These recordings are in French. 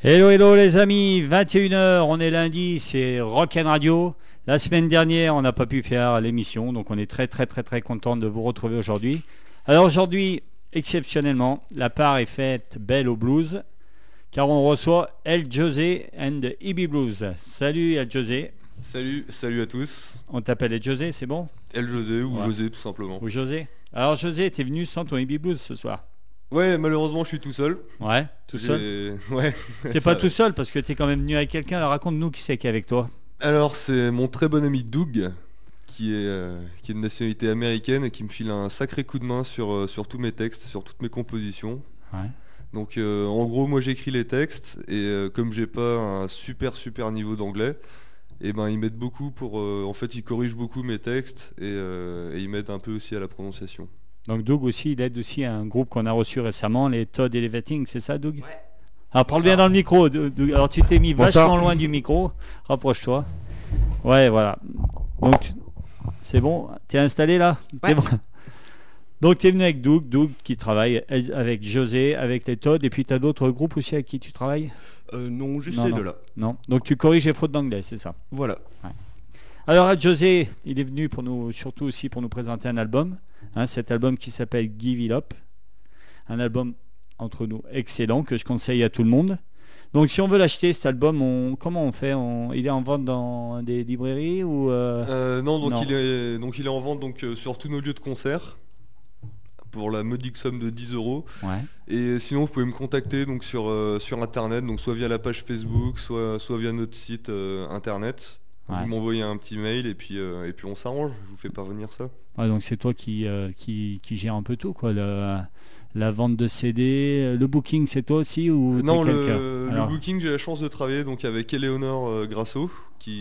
Hello, hello les amis, 21 h, on est lundi, c'est Rock'n Radio. La semaine dernière, on n'a pas pu faire l'émission, donc on est très très très très content de vous retrouver aujourd'hui. Alors aujourd'hui, exceptionnellement, la part est faite belle au blues, car on reçoit El José and the Ibi Blues. Salut El José. Salut à tous. On t'appelle El José, c'est bon? El José ou Ouais. José tout simplement. Ou José. Alors José, t'es venu sans ton Ibi Blues ce soir? Ouais, malheureusement je suis tout seul. Ouais, tout seul? Ouais. T'es pas tout seul parce que t'es quand même venu avec quelqu'un, alors raconte-nous qui c'est qui est avec toi. Alors c'est mon très bon ami Doug qui est de nationalité américaine et qui me file un sacré coup de main sur tous mes textes, sur toutes mes compositions. Ouais. Donc en gros moi j'écris les textes et comme j'ai pas un super niveau d'anglais, et ben il m'aide beaucoup en fait il corrige beaucoup mes textes et il m'aide un peu aussi à la prononciation. Donc Doug aussi, il aide aussi à un groupe qu'on a reçu récemment, les Todd Elevating, c'est ça Doug? Ouais. Alors parle bien dans le micro, Doug. Alors tu t'es mis Bonsoir. vachement loin du micro, rapproche-toi. Ouais, voilà. Donc c'est bon, t'es installé là? C'est Ouais. bon. Donc tu es venu avec Doug qui travaille avec José, avec les Todd, et puis tu as d'autres groupes aussi avec qui tu travailles? Non, juste Non, ces non. deux-là. Non. Donc tu corriges les fautes d'anglais, c'est ça? Voilà. Alors José, il est venu pour nous, surtout aussi pour nous présenter un album, cet album qui s'appelle Give It Up, un album entre nous excellent que je conseille à tout le monde. Donc si on veut l'acheter cet album, comment on fait? Il est en vente dans des librairies ou Non, donc non. il est en vente sur tous nos lieux de concert pour la modique somme de 10 euros. Ouais. Et sinon, vous pouvez me contacter donc sur internet, donc soit via la page Facebook, soit via notre site internet. Ouais. Vous m'envoyez un petit mail et puis on s'arrange. Je vous fais parvenir ça. Ouais, donc c'est toi qui gère un peu tout quoi, la vente de CD, le booking c'est toi aussi ou t'es Non, quelqu'un? le Alors, booking, j'ai la chance de travailler donc avec Éléonore Grasso,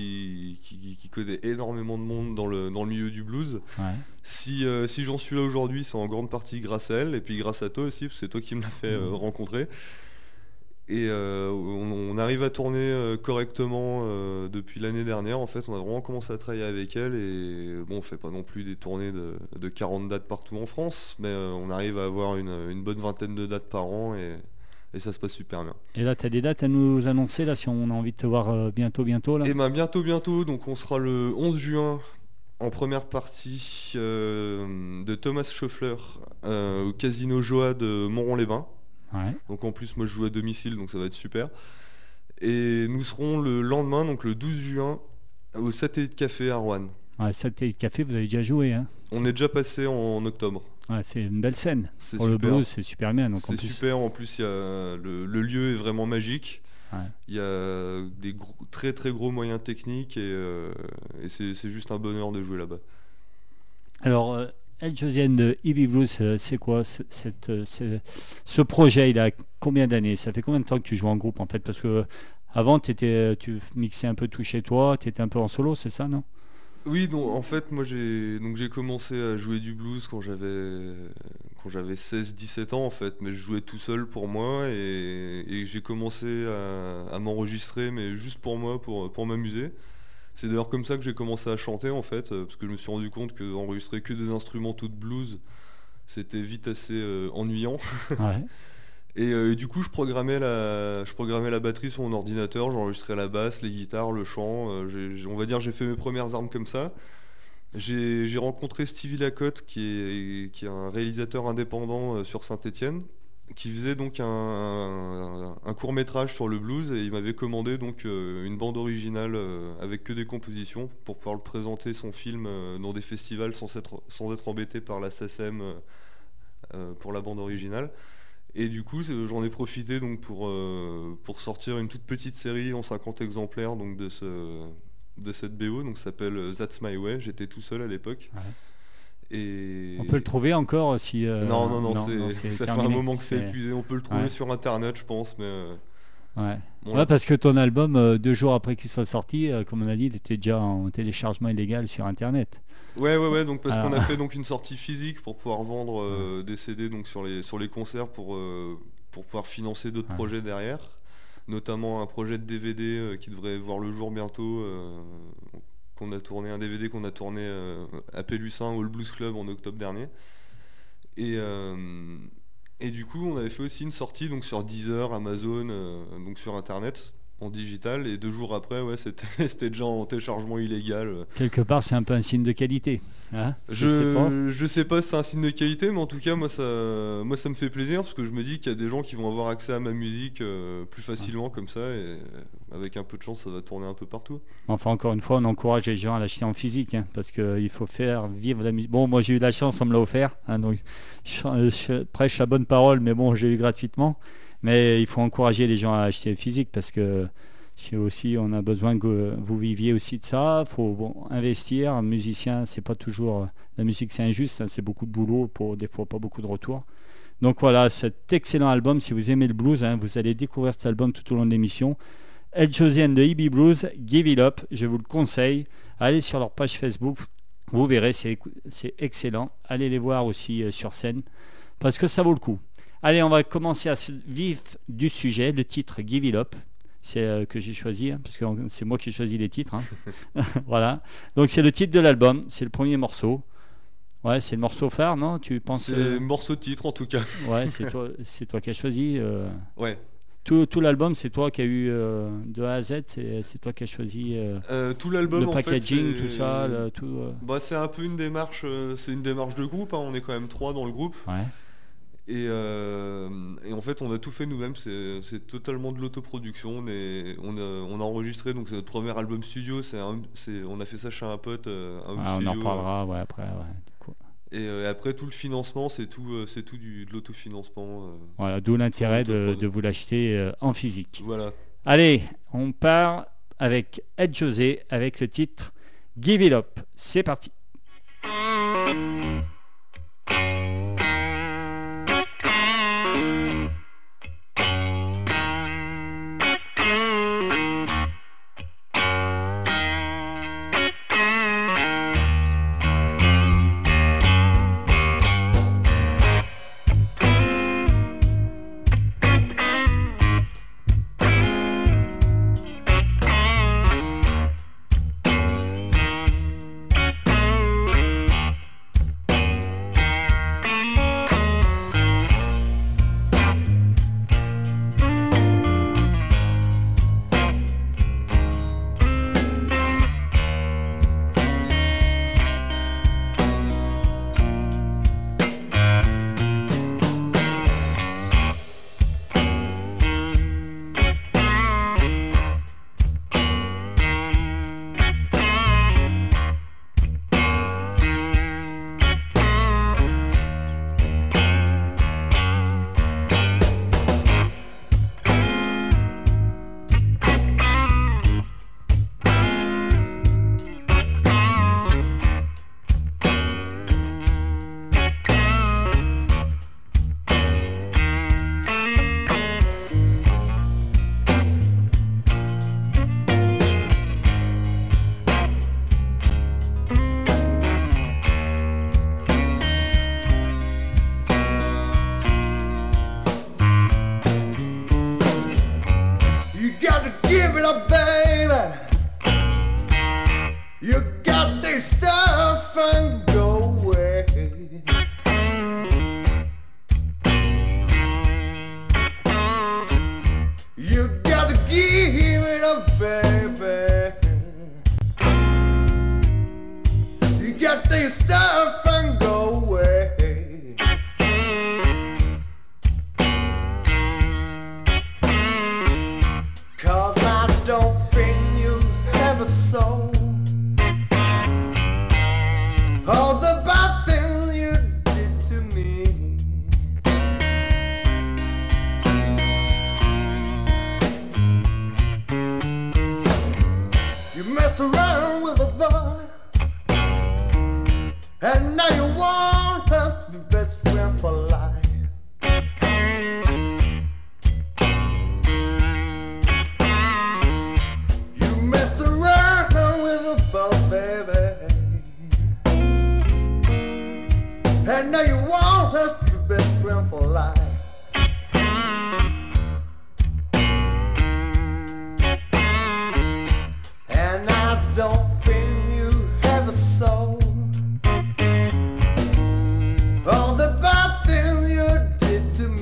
qui connaît énormément de monde dans le milieu du blues. ouais. Si j'en suis là aujourd'hui, c'est en grande partie grâce à elle, et puis grâce à toi aussi, parce que c'est toi qui me l'as fait rencontrer. Et on arrive à tourner correctement depuis l'année dernière. En fait, on a vraiment commencé à travailler avec elle, et bon, on fait pas non plus des tournées de 40 dates partout en France, mais on arrive à avoir une bonne vingtaine de dates par an, et ça se passe super bien. Et là tu as des dates à nous annoncer là si on a envie de te voir bientôt là? Et ben bientôt, donc on sera le 11 juin en première partie de Thomas Schoeffler au Casino Joa de Montron-les-Bains. Ouais. Donc en plus moi je joue à domicile, donc ça va être super. Et nous serons le lendemain, donc le 12 juin, au Satellite Café à Rouen. Ouais, Satellite Café, vous avez déjà joué, hein? On est déjà passé en octobre. Ouais, c'est une belle scène. C'est Pour le super. blues, c'est super bien. Donc en C'est plus, super, en plus le lieu est vraiment magique. ouais. Il y a des très très gros moyens techniques et c'est juste un bonheur de jouer là-bas. Alors, El Josiane de Ibi Blues, c'est quoi ce projet? Il a combien d'années? Ça fait combien de temps que tu joues en groupe en fait? Parce que avant, tu mixais un peu tout chez toi, tu étais un peu en solo, c'est ça, non? Oui, donc en fait moi j'ai commencé à jouer du blues quand j'avais 16-17 ans en fait, mais je jouais tout seul pour moi et j'ai commencé à m'enregistrer, mais juste pour moi, pour m'amuser. C'est d'ailleurs comme ça que j'ai commencé à chanter en fait, parce que je me suis rendu compte que enregistrer que des instrumentaux de blues, c'était vite assez ennuyant. Ouais. Et du coup, je programmais la batterie sur mon ordinateur, j'enregistrais la basse, les guitares, le chant. On va dire, j'ai fait mes premières armes comme ça. J'ai rencontré Stevie Lacotte, qui est un réalisateur indépendant sur Saint-Étienne, qui faisait donc un court-métrage sur le blues, et il m'avait commandé donc une bande originale avec que des compositions pour pouvoir le présenter son film dans des festivals sans être embêté par la SACEM pour la bande originale. Et du coup, j'en ai profité donc pour sortir une toute petite série en 50 exemplaires donc de cette BO, donc ça s'appelle That's My Way. J'étais tout seul à l'époque. Ouais. Et On peut le trouver encore si. non, c'est ça fait un terminé. moment que c'est épuisé. On peut le trouver Ouais. sur internet, je pense, mais Ouais. bon, Ouais, parce que ton album, 2 jours après qu'il soit sorti, comme on a dit, il était déjà en téléchargement illégal sur Internet. ouais, donc parce qu'on a Alors, fait donc une sortie physique pour pouvoir vendre des CD donc sur les concerts pour pouvoir financer d'autres ouais. projets derrière, notamment un projet de DVD qui devrait voir le jour bientôt, un DVD qu'on a tourné à Pélussin au Hall Blues Club en octobre dernier. Et Et du coup, on avait fait aussi une sortie donc sur Deezer, Amazon, donc sur Internet, en digital. Et 2 jours après, ouais, c'était c'était déjà en téléchargement illégal. Quelque part, c'est un peu un signe de qualité. Hein, je sais pas. Je sais pas si c'est un signe de qualité, mais en tout cas, moi ça me fait plaisir parce que je me dis qu'il y a des gens qui vont avoir accès à ma musique plus facilement comme ça. Et avec un peu de chance, ça va tourner un peu partout. Enfin, encore une fois, on encourage les gens à l'acheter en physique, hein, parce qu'il faut faire vivre la musique. Bon, moi j'ai eu la chance, on me l'a offert, hein, donc je prêche la bonne parole, mais bon, j'ai eu gratuitement. Mais il faut encourager les gens à acheter physique, parce que si aussi on a besoin que vous viviez aussi de ça, il faut investir. Un musicien, c'est pas toujours la musique, c'est injuste, hein, c'est beaucoup de boulot pour des fois pas beaucoup de retour. Donc voilà, cet excellent album, si vous aimez le blues, hein, vous allez découvrir cet album tout au long de l'émission. El Josiane de EB Blues, Give It Up, je vous le conseille. Allez sur leur page Facebook, vous verrez, c'est excellent. Allez les voir aussi sur scène, parce que ça vaut le coup. Allez, on va commencer à se vif du sujet, le titre Give It Up. C'est que j'ai choisi, hein, parce que c'est moi qui choisis les titres. Hein. Voilà. Donc c'est le titre de l'album, c'est le premier morceau. Ouais, c'est le morceau phare, non? Tu penses C'est morceau de titre en tout cas. Ouais, c'est toi qui as choisi. Ouais. Tout l'album, c'est toi qui as eu de A à Z, c'est toi qui as choisi Tout l'album le en fait, packaging, c'est tout ça, tout. bah, c'est un peu une démarche, c'est une démarche de groupe, hein. On est quand même 3 dans le groupe. Ouais. Et en fait, on a tout fait nous-mêmes. C'est totalement de l'autoproduction. On a enregistré, donc c'est notre premier album studio. On a fait ça chez un pote, un home Ah, on en studio. reparlera, ouais, après, ouais. Du coup. Et après, tout le financement, c'est tout de l'autofinancement. Voilà, d'où l'intérêt de autoprod. vous l'acheter en physique. Voilà. Allez, on part avec Ed José avec le titre Give It Up. C'est parti. All the bad things you did to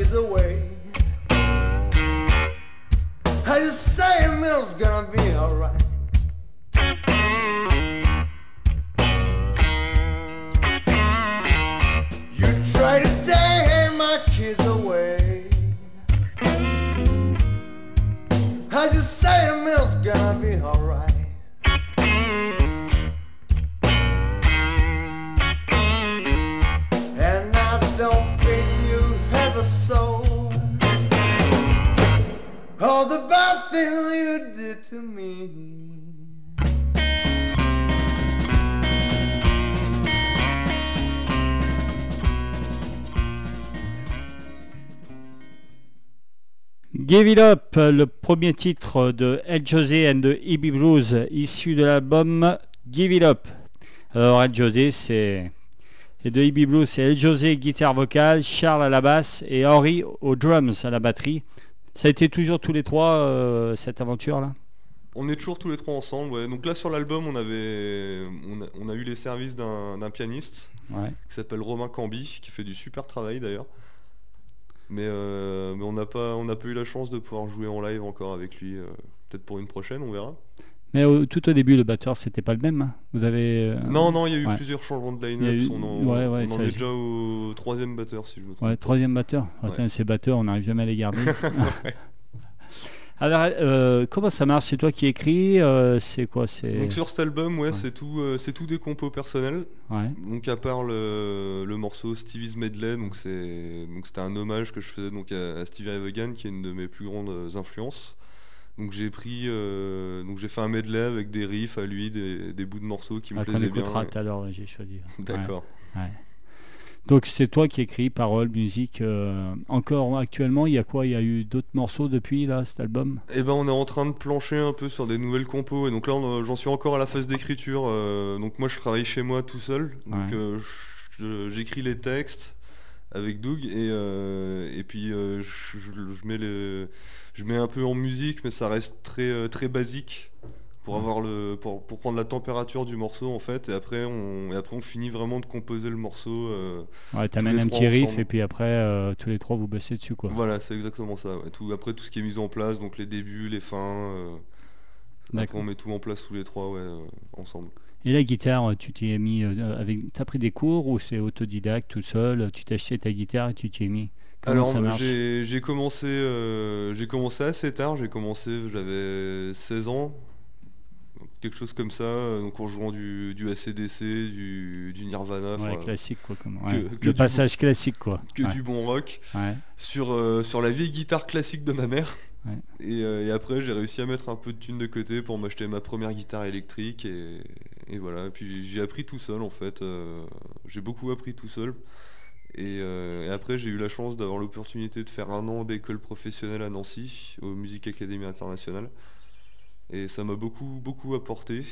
kids away. I just say it's gonna be alright. You try to take my kids away. I just say it's gonna be alright. And I don't think you have a soul. All the bad things you did to me. Give It Up, le premier titre de El José and the Hippie Blues, issu de l'album Give It Up. Alors El José, c'est... Et de Hippie Blues, c'est El José, guitare vocale, Charles à la basse et Henry aux drums, à la batterie. Ça a été toujours tous les trois, cette aventure-là? On est toujours tous les trois ensemble, ouais. Donc là sur l'album on a eu les services d'un pianiste Ouais. qui s'appelle Romain Cambi, qui fait du super travail d'ailleurs. Mais on n'a pas eu la chance de pouvoir jouer en live encore avec lui. Peut-être pour une prochaine, on verra. Mais tout au début, le batteur, c'était pas le même, hein. Vous avez... Non, il y a eu ouais. plusieurs changements de Il y a eu- line-up. On ouais, en ça, est déjà au troisième batteur, si je me trompe. Ouais, troisième batteur. Ouais. Attends, ces batteurs, on n'arrive jamais à les garder. Alors, comment ça marche? C'est toi qui écris? C'est quoi? Donc sur cet album, ouais, Ouais. c'est tout des compos personnels. Ouais. Donc à part le morceau Stevie's Medley, donc c'était un hommage que je faisais donc à Stevie Ray Vaughan, qui est une de mes plus grandes influences. Donc j'ai fait un medley avec des riffs à lui, des bouts de morceaux qui me Qu'on plaisaient bien. écoutera tout à l'heure, j'ai choisi. D'accord. Ouais. Donc c'est toi qui écris paroles, musique. Encore actuellement, il y a quoi? Il y a eu d'autres morceaux depuis là, cet album? Et ben on est en train de plancher un peu sur des nouvelles compos, et donc là j'en suis encore à la phase d'écriture. Donc moi je travaille chez moi tout seul, donc Ouais. j'écris les textes avec Doug, et puis je mets un peu en musique, mais ça reste très basique pour pour prendre la température du morceau en fait, et après on finit vraiment de composer le morceau. Ouais, tous t'amènes les un trois petit riff ensemble. et puis après, tous les trois vous bossez dessus quoi. Voilà, c'est exactement ça. Ouais. Après tout ce qui est mis en place, donc les débuts, les fins, après D'accord. on met tout en place tous les trois, ouais, ensemble. Et la guitare, tu t'y es mis t'as pris des cours ou c'est autodidacte tout seul? Tu t'es acheté ta guitare et tu t'y es mis? Comment Alors ça marche? j'ai commencé assez tard, j'avais 16 ans, quelque chose comme ça, donc en jouant du AC/DC, du Nirvana, Ouais, enfin, classique quoi. que Le du passage classique quoi. que Ouais. du bon rock, Ouais. sur la vieille guitare classique de ma mère. Ouais. Et après j'ai réussi à mettre un peu de thunes de côté pour m'acheter ma première guitare électrique, et voilà. Et puis j'ai appris tout seul en fait, j'ai beaucoup appris tout seul. Et après j'ai eu la chance d'avoir l'opportunité de faire un an d'école professionnelle à Nancy, au Music Academy International. Et ça m'a beaucoup apporté.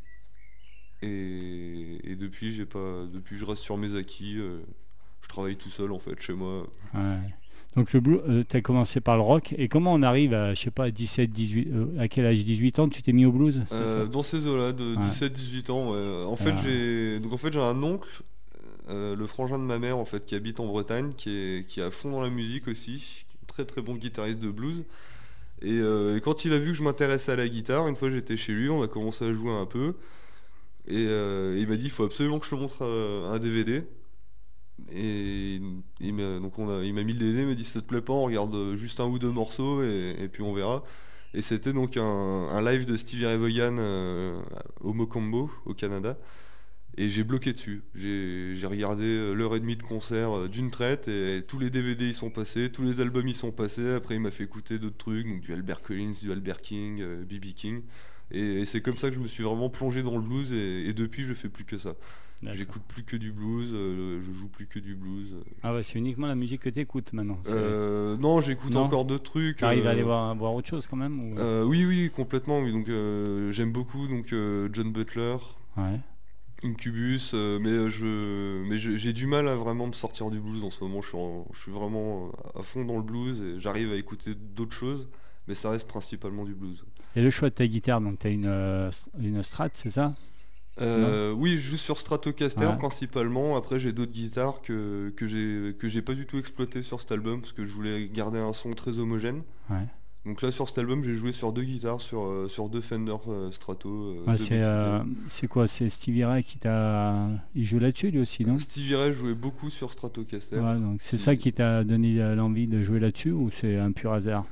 Et depuis depuis je reste sur mes acquis, je travaille tout seul en fait chez moi. Ouais. Donc le blues, tu as commencé par le rock. Et comment on arrive à, je sais pas, 17, 18, à quel âge? 18 ans, tu t'es mis au blues, c'est ça? Dans ces eaux-là, de Ouais. 17-18 ans, ouais. En fait, Ah. j'ai un oncle, le frangin de ma mère, en fait, qui habite en Bretagne, qui est à fond dans la musique aussi, très très bon guitariste de blues. Et quand il a vu que je m'intéressais à la guitare, une fois j'étais chez lui, on a commencé à jouer un peu. Et il m'a dit, il faut absolument que je te montre un DVD. Et il m'a mis le DVD, il m'a dit, si ça te plaît pas, on regarde juste un ou deux morceaux, et puis on verra. Et c'était donc un live de Stevie Ray Vaughan au Mocambo, au Canada. Et j'ai bloqué dessus. J'ai regardé l'heure et demie de concert d'une traite, et tous les DVD y sont passés, tous les albums y sont passés. Après il m'a fait écouter d'autres trucs, donc du Albert Collins, du Albert King, B.B. King. Et c'est comme ça que je me suis vraiment plongé dans le blues, et depuis je fais plus que ça. D'accord. J'écoute plus que du blues, je joue plus que du blues. Ah ouais, c'est uniquement la musique que tu écoutes maintenant. Non, j'écoute Non. encore d'autres trucs. Tu arrives à aller voir autre chose quand même ou... Oui, complètement. Oui. Donc j'aime beaucoup John Butler, Ouais. Incubus, j'ai du mal à vraiment me sortir du blues en ce moment. Je suis vraiment à fond dans le blues, et j'arrive à écouter d'autres choses, mais ça reste principalement du blues. Et le choix de ta guitare, donc tu as une Strat, c'est ça? Oui, je joue sur Stratocaster Ouais. principalement. Après, j'ai d'autres guitares que j'ai pas du tout exploité sur cet album parce que je voulais garder un son très homogène. Ouais. Donc là, sur cet album, j'ai joué sur deux guitares, sur deux Fender Strato, Ouais, deux Mexicaines. c'est quoi? C'est Stevie Ray qui t'a. Il joue là-dessus lui aussi, non? Stevie Ray jouait beaucoup sur Stratocaster. Ouais, donc c'est ça qui- qui t'a donné l'envie de jouer là-dessus ou c'est un pur hasard?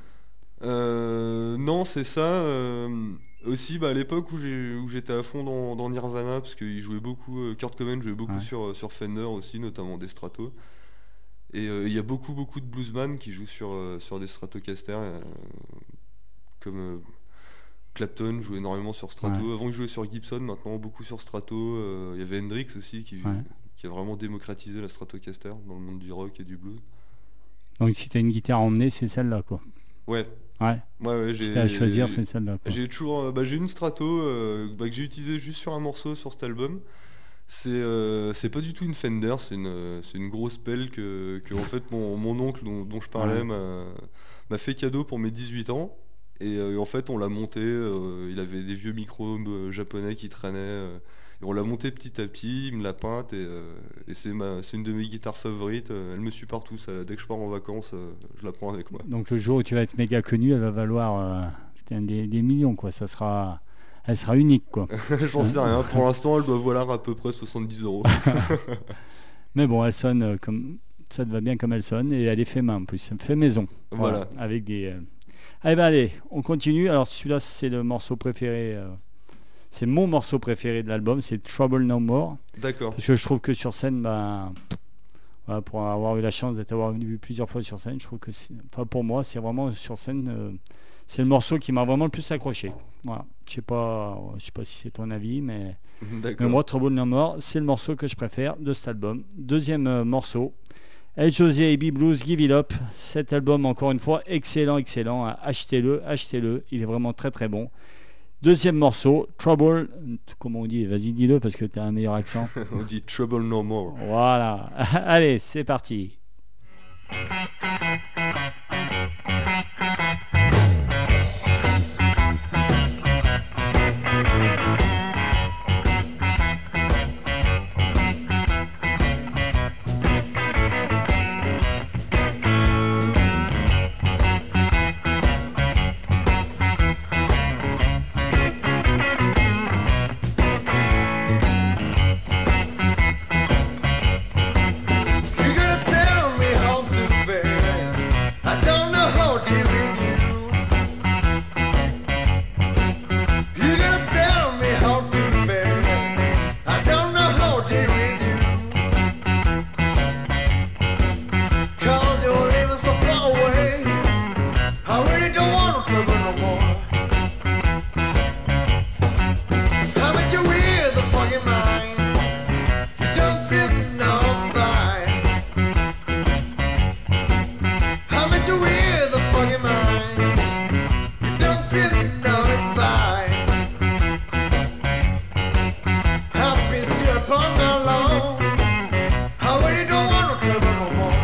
Non, c'est ça. Aussi, bah, à l'époque où j'étais à fond dans Nirvana, parce qu'il jouait beaucoup, Kurt Cobain jouait beaucoup Ouais. sur Fender aussi, notamment des Stratos. Et il y a beaucoup de bluesman qui jouent sur des Stratocaster, comme Clapton joue énormément sur Ouais. Strato. Avant il jouait sur Gibson, maintenant beaucoup sur Strato. Il y avait Hendrix aussi Ouais. qui a vraiment démocratisé la Stratocaster dans le monde du rock et du blues. Donc si t'as une guitare à emmener, c'est celle-là, quoi. Ouais, Ouais. ouais, Si t'as à choisir, c'est celle-là, quoi. j'ai toujours, bah, j'ai une Strato bah, que j'ai utilisée juste sur un morceau sur cet album. C'est pas du tout une Fender, c'est une grosse pelle que en fait mon oncle dont je parlais Ouais. m'a fait cadeau pour mes 18 ans. Et en fait on l'a monté, il avait des vieux micros japonais qui traînaient. Et on l'a monté petit à petit, il me l'a peinte et c'est une de mes guitares favorites. Elle me suit partout, dès que je pars en vacances, je la prends avec moi. Donc le jour où tu vas être méga connu, elle va valoir putain, des millions, quoi. Elle sera unique, quoi. J'en sais rien, pour l'instant elle doit valoir à peu près 70 €. Mais bon, elle sonne comme ça te va bien comme elle sonne et elle est fait main en plus, ça me fait maison. Voilà. Avec des. Eh ben allez, on continue. Alors celui-là, c'est le morceau préféré. C'est mon morceau préféré de l'album, c'est Trouble No More. D'accord. Parce que je trouve que sur scène, ben, voilà, pour avoir eu la chance d'être vu plusieurs fois sur scène, je trouve que enfin, pour moi, c'est vraiment sur scène, c'est le morceau qui m'a vraiment le plus accroché. Voilà. Je sais pas si c'est ton avis, mais D'accord. moi, Trouble No More, c'est le morceau que je préfère de cet album. Deuxième morceau, El José AB Blues Give It Up. Cet album, encore une fois, excellent, excellent. Hein. Achetez-le. Il est vraiment très, très bon. Deuxième morceau, Trouble. Comment on dit? Vas-y, dis-le parce que tu as un meilleur accent. On dit Trouble No More. Voilà. Allez, c'est parti. You're gonna tell me how to bear. I don't know how to deal with you. You're gonna tell me how to bear. I don't know how to deal with you. 'Cause you're living so far away. I really don't want no trouble no more. Haven't you with the fucking mind? You don't seem to know why. I'm into weird, the fucking mind. You don't seem to know it by. I've been still upon my long. I really don't want no trouble no more.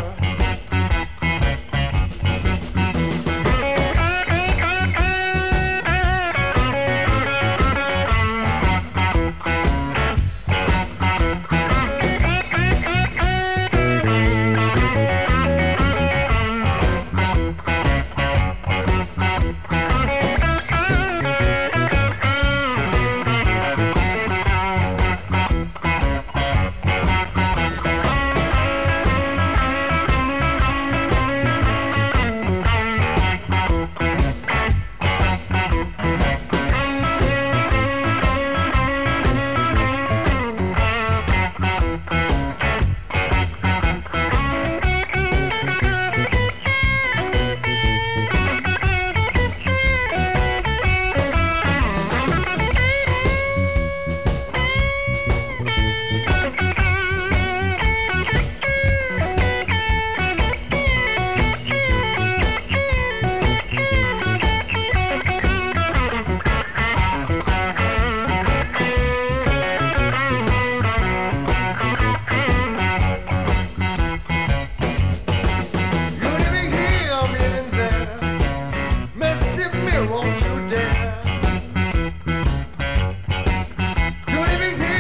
You're living here, I'm living there. Messy me, won't you dare? You're living here,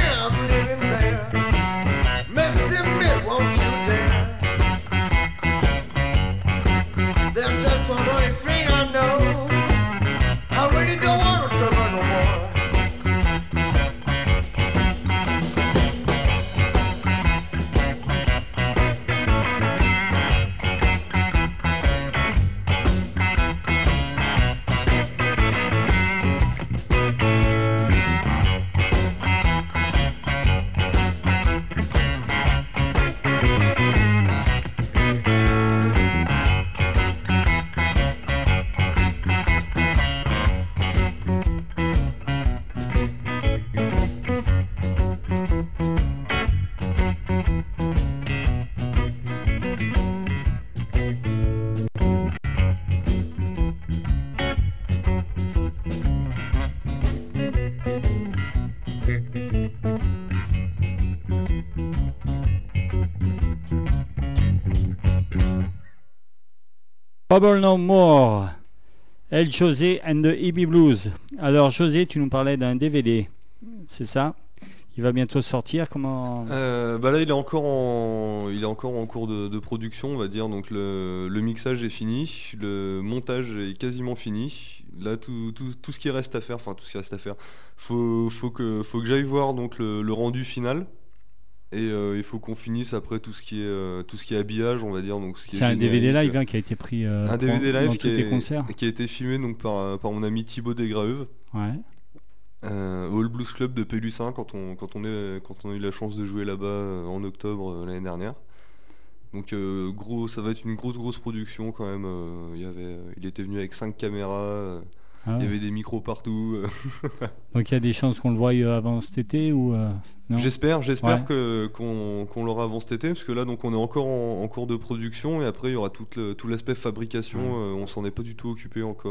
Bubble No More, El José and the Ibby Blues. Alors José, tu nous parlais d'un DVD, c'est ça? Il va bientôt sortir, comment? Bah là, il est encore en cours de production, on va dire. Donc le mixage est fini, le montage est quasiment fini. Là, tout ce qui reste à faire, enfin tout ce qui reste à faire, faut que j'aille voir donc le rendu final. Et il faut qu'on finisse après tout ce qui est habillage, on va dire. Donc ce qui est C'est un DVD générique. live qui a été pris Un DVD dans live tous tes concerts. qui a été filmé donc par mon ami Thibaut Desgraeuves. Ouais. Au All Blues Club de Pélussin quand on a eu la chance de jouer là-bas en octobre l'année dernière. Donc ça va être une grosse production quand même. Il était venu avec 5 caméras, Ah il y ouais. avait des micros partout. Donc il y a des chances qu'on le voie avant cet été ou non? J'espère Ouais. qu'on l'aura avant cet été parce que là donc on est encore en cours de production et après il y aura tout l'aspect fabrication. Ouais. On s'en est pas du tout occupé encore.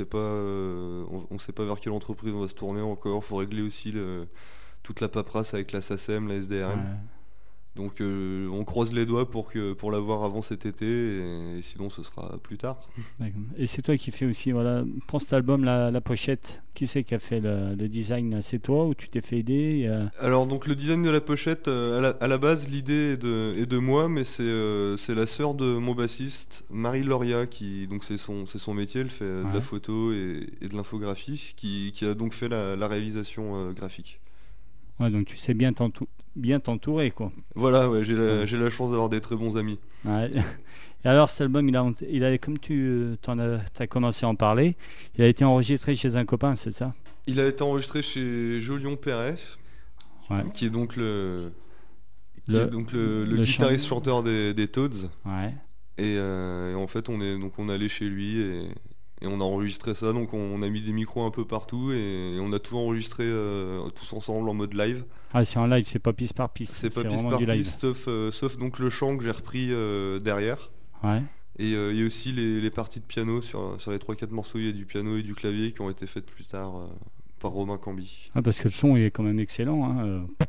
On sait pas vers quelle entreprise on va se tourner encore. Faut régler aussi toute la paperasse avec la SACEM, la SDRM. Ouais. Donc on croise les doigts pour l'avoir avant cet été et sinon ce sera plus tard. D'accord. Et c'est toi qui fais aussi, voilà, pour cet album, la pochette. Qui c'est qui a fait le design là? C'est toi ou tu t'es fait aider? Alors donc le design de la pochette, à la base l'idée est de moi, mais c'est la sœur de mon bassiste, Marie Loria, qui donc c'est son métier, elle fait de Ouais. la photo et de l'infographie, qui a donc fait la réalisation graphique. Ouais, donc tu sais bien t'entourer, quoi. Voilà, ouais, Ouais. j'ai la chance d'avoir des très bons amis. Ouais. Et alors cet album, il a comme t'as commencé à en parler, il a été enregistré chez un copain, c'est ça? Il a été enregistré chez Jolion Perret, Ouais. qui est donc qui est Le, donc le le chant. guitariste chanteur des Toads. Ouais. Et en fait, on est allé chez lui et on a enregistré ça. Donc, on a mis des micros un peu partout et on a tout enregistré tous ensemble en mode live. Ah, c'est en live, c'est pas piste par piste, C'est pas c'est piste vraiment par du live. piste, sauf donc le chant que j'ai repris derrière. Ouais. Et il y a aussi les parties de piano sur les 3-4 morceaux. Il y a du piano et du clavier qui ont été faites plus tard par Romain Cambi. Ah, parce que le son il est quand même excellent, hein.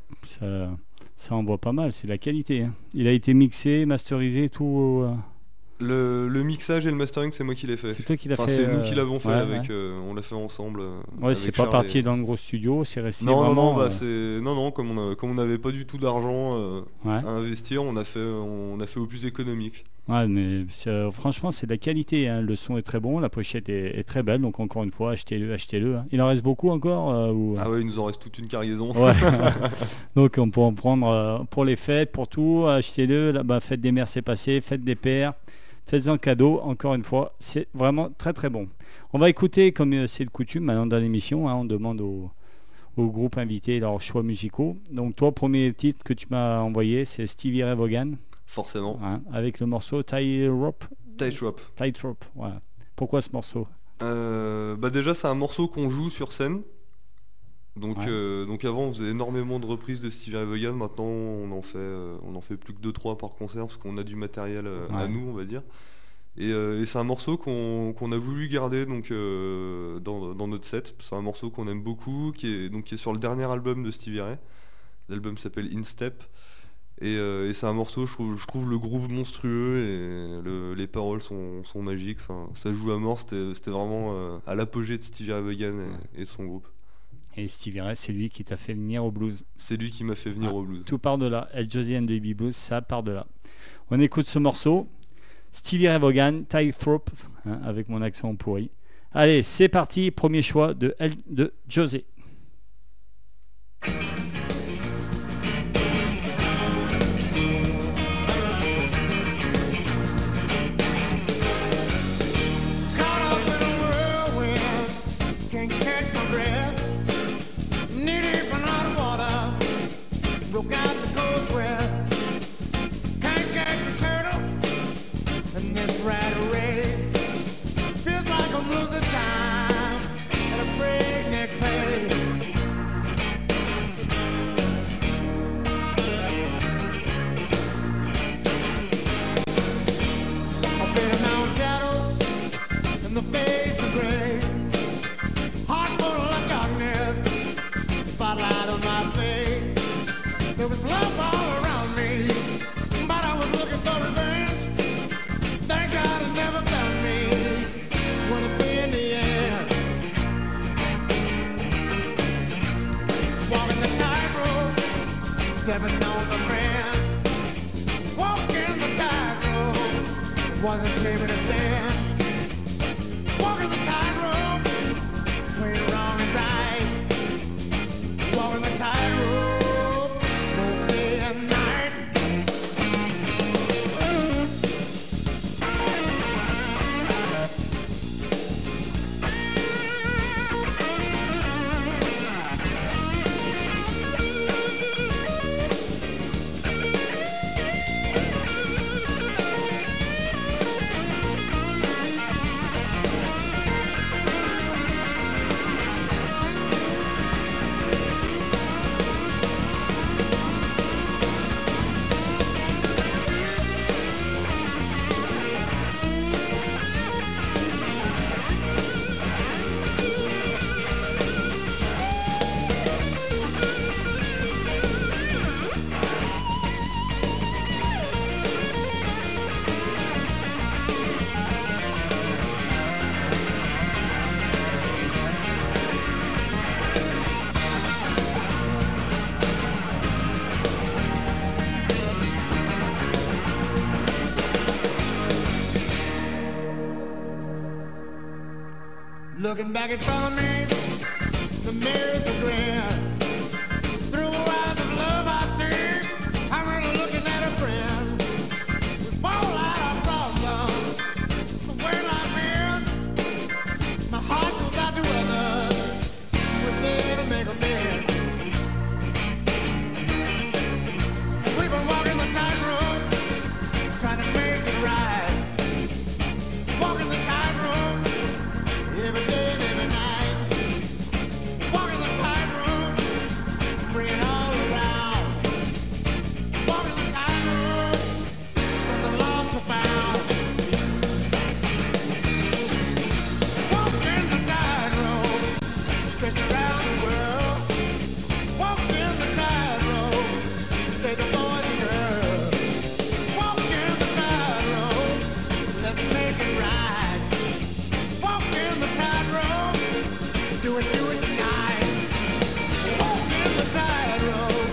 Ça envoie pas mal, c'est de la qualité, hein. Il a été mixé, masterisé, tout. Le mixage et le mastering, c'est moi qui l'ai fait. C'est toi qui l'as Enfin, fait. c'est nous qui l'avons fait Ouais, avec. ouais. On l'a fait ensemble. Ouais, Avec c'est pas Charles parti et- dans le gros studio, c'est resté Non, vraiment. bah non, comme on n'avait pas du tout d'argent Ouais. à investir, on a fait au plus économique. Ouais, mais franchement, c'est de la qualité, hein. Le son est très bon, la pochette est très belle, donc encore une fois, achetez-le, hein. Il en reste beaucoup encore ou... Ah ouais, il nous en reste toute une cargaison. Ouais. Donc on peut en prendre pour les fêtes, pour tout, achetez-le, là, bah, faites des mères, c'est passé, faites des pères, faites-en cadeau, encore une fois, c'est vraiment très très bon. On va écouter, comme c'est de coutume maintenant dans l'émission, hein, on demande au groupe invité leurs choix musicaux. Donc toi, premier titre que tu m'as envoyé, c'est Stevie Ray Vaughan, Forcément. hein, avec le morceau Tightrope. Tightrope. Tightrope, voilà. Pourquoi ce morceau? Bah déjà, c'est un morceau qu'on joue sur scène. Donc, Ouais. donc avant, on faisait énormément de reprises de Stevie Ray Vaughan. Maintenant, on en fait plus que 2-3 par concert parce qu'on a du matériel à Ouais. nous, on va dire. Et c'est un morceau qu'on a voulu garder donc, dans notre set. C'est un morceau qu'on aime beaucoup, qui est sur le dernier album de Stevie Ray. L'album s'appelle In Step. Et c'est un morceau, je trouve le groove monstrueux et les paroles sont magiques. Ça joue à mort. C'était vraiment à l'apogée de Stevie Ray Vaughan et de son groupe. Et Stevie Ray, c'est lui qui t'a fait venir au blues. C'est lui qui m'a fait venir Ah, au blues. tout part de là. El Josie and the Baby Blues, ça part de là. On écoute ce morceau. Stevie Ray Vaughan, Tightrope, hein, avec mon accent pourri. Allez, c'est parti. Premier choix de Josie. Caught up in a whirlwind, can't catch my breath. Knee deep in hot water, broke out the cold sweat. Can't catch a turtle in this rat race. Feels like I'm losing time at a breakneck pace. Stepping on the friend, walking the tightrope, wasn't shaming to stand. Walking the tightrope, between wrong and right. Walking the tightrope, both day and night. Looking back in front of me, the mirror's a grin. Through eyes of love I see, I'm really looking at a friend. We fall out of problems, it's the way life is. My heart goes out to others, we're there to make amends. We've been walking the tightrope, trying to make it right. Walking the tightrope, every day and every night. Walking the tightrope, bring it all around. Walking the tightrope, from the lost to found. Walking the tightrope, stretched around the world. Walking the tightrope, say the boys and girls. Walking the tightrope, let's make it right. Walking the tightrope, do it tonight. Walking the tightrope.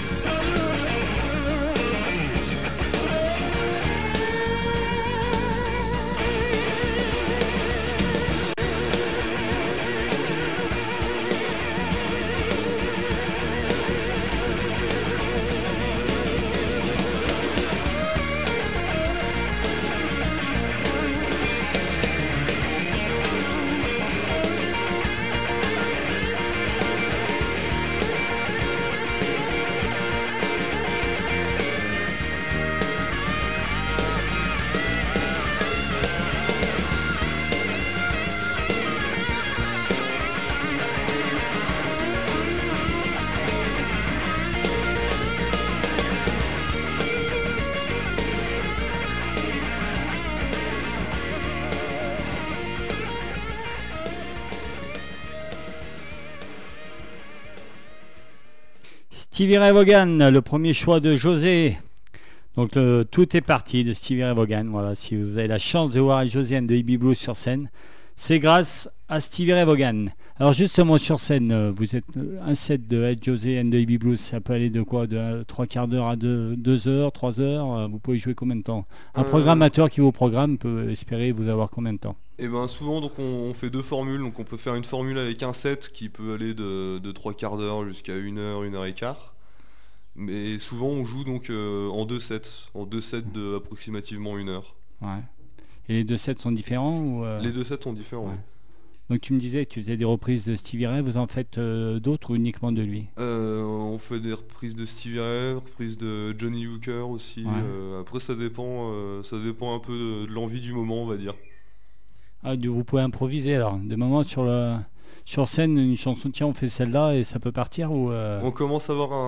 Stevie Ray Vaughan, le premier choix de José. Donc tout est parti de Stevie Ray Vaughan. Voilà, si vous avez la chance de voir Josiane de Baby Blues sur scène, c'est grâce à Stevie Ray Vaughan. Alors justement sur scène, vous êtes un set de Ed José and the Baby Blues, ça peut aller de quoi, de 3/4 d'heure à 2 heures, 3 heures. Vous pouvez jouer combien de temps? Un programmateur qui vous programme peut espérer vous avoir combien de temps? Et ben souvent donc on fait deux formules, donc on peut faire une formule avec un set qui peut aller de 3/4 d'heure jusqu'à 1 heure, 1 heure et quart. Mais souvent on joue donc en deux sets de approximativement 1 heure. Ouais. Et les deux sets sont différents ou Les deux sets sont différents. Ouais. Oui. Donc tu me disais que tu faisais des reprises de Stevie Ray, vous en faites d'autres ou uniquement de lui? On fait des reprises de Stevie Ray, reprises de Johnny Hooker aussi. Ouais. Après ça dépend un peu de l'envie du moment, on va dire. Ah, vous pouvez improviser alors. Des moments sur scène, une chanson, tiens, on fait celle-là et ça peut partir ou On commence à avoir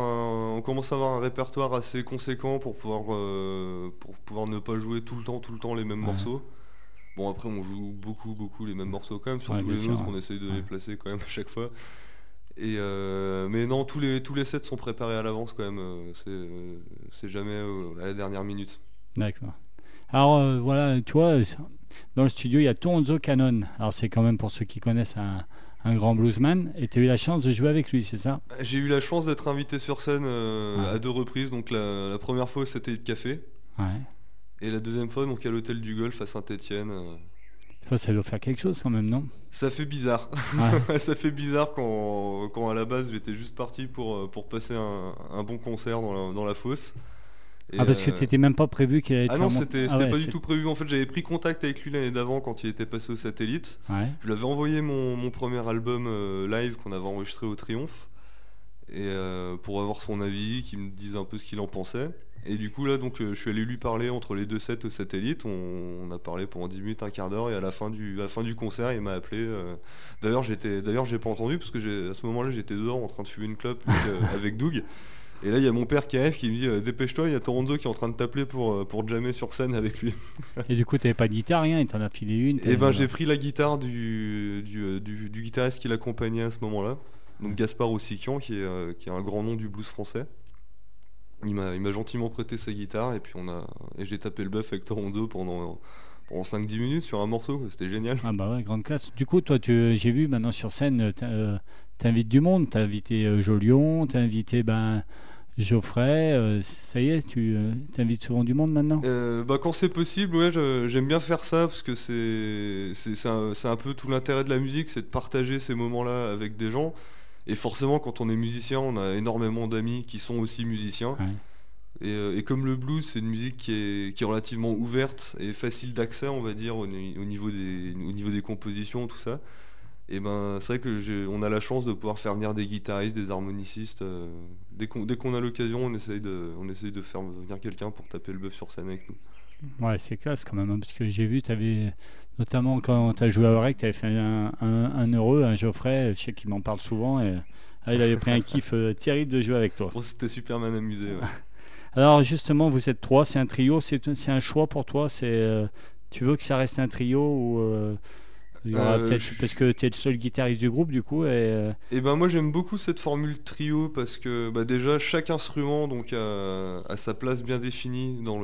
un répertoire assez conséquent pour pouvoir ne pas jouer tout le temps les mêmes Ouais. morceaux. Bon après on joue beaucoup les mêmes morceaux quand même, Ouais, surtout bien les sûr, nôtres, ouais. on essaye de Ouais. les placer quand même à chaque fois. Et mais non, tous les sets sont préparés à l'avance quand même. C'est jamais à la dernière minute. D'accord. Alors voilà, tu vois, dans le studio, il y a Toronzo Cannon. Alors c'est quand même, pour ceux qui connaissent, un grand bluesman. Et tu as eu la chance de jouer avec lui, c'est ça? J'ai eu la chance d'être invité sur scène Ouais. à 2 reprises. Donc la première fois au Satellite Café Ouais. et la deuxième fois donc à l'Hôtel du Golfe à Saint-Étienne. Toi, ça doit faire quelque chose quand même, non? Ça fait bizarre. Ouais. Ça fait bizarre quand à la base j'étais juste parti pour passer un bon concert dans la fosse. Et, Ah, parce que tu n'étais même pas prévu qu'il allait te ah non, faire c'était Ah ouais, pas du tout prévu. En fait, j'avais pris contact avec lui l'année d'avant quand il était passé au Satellite. Ouais. Je lui avais envoyé mon premier album live qu'on avait enregistré au Triomphe et pour avoir son avis, qu'il me dise un peu ce qu'il en pensait. Et du coup là donc je suis allé lui parler entre les deux sets au Satellite. On a parlé pendant 10 minutes, un quart d'heure et à la fin du concert il m'a appelé. D'ailleurs j'ai pas entendu parce que à ce moment-là j'étais dehors en train de fumer une clope avec Doug. Et là il y a mon père qui arrive qui me dit dépêche-toi, il y a Toronzo qui est en train de t'appeler pour jammer sur scène avec lui. Et du coup, tu n'avais pas de guitare, rien, il t'en a filé une. Et ben j'ai pris la guitare du guitariste qui l'accompagnait à ce moment-là, donc Gaspard Ossiquian qui est un grand nom du blues français. Il m'a gentiment prêté sa guitare et puis j'ai tapé le bœuf avec Toronzo pendant 5-10 minutes sur un morceau, quoi. C'était génial. Ah bah ouais, grande classe. Du coup, toi, j'ai vu maintenant sur scène, t'invites du monde. T'as invité Jolion, t'as invité Geoffrey. Ça y est, tu t'invites souvent du monde maintenant? Quand c'est possible, ouais, j'aime bien faire ça parce que c'est un peu tout l'intérêt de la musique, c'est de partager ces moments-là avec des gens. Et forcément, quand on est musicien, on a énormément d'amis qui sont aussi musiciens. Ouais. Et comme le blues, c'est une musique qui est relativement ouverte et facile d'accès, on va dire, au niveau des compositions, tout ça. Et ben, c'est vrai que on a la chance de pouvoir faire venir des guitaristes, des harmonicistes. Dès qu'on a l'occasion, on essaye de faire venir quelqu'un pour taper le bœuf sur scène avec nous. Ouais, c'est classe quand même, hein, parce que j'ai vu, notamment quand tu as joué à Orec, tu avais fait un heureux, un Geoffrey, je sais qu'il m'en parle souvent, et il avait pris un kiff terrible de jouer avec toi. Bon, c'était super bien amusé. Ouais. Alors justement, vous êtes 3, c'est un trio, c'est un choix pour toi, tu veux que ça reste un trio ou il y aura peut-être, parce que tu es le seul guitariste du groupe du coup Et ben moi j'aime beaucoup cette formule trio parce que déjà chaque instrument donc a sa place bien définie dans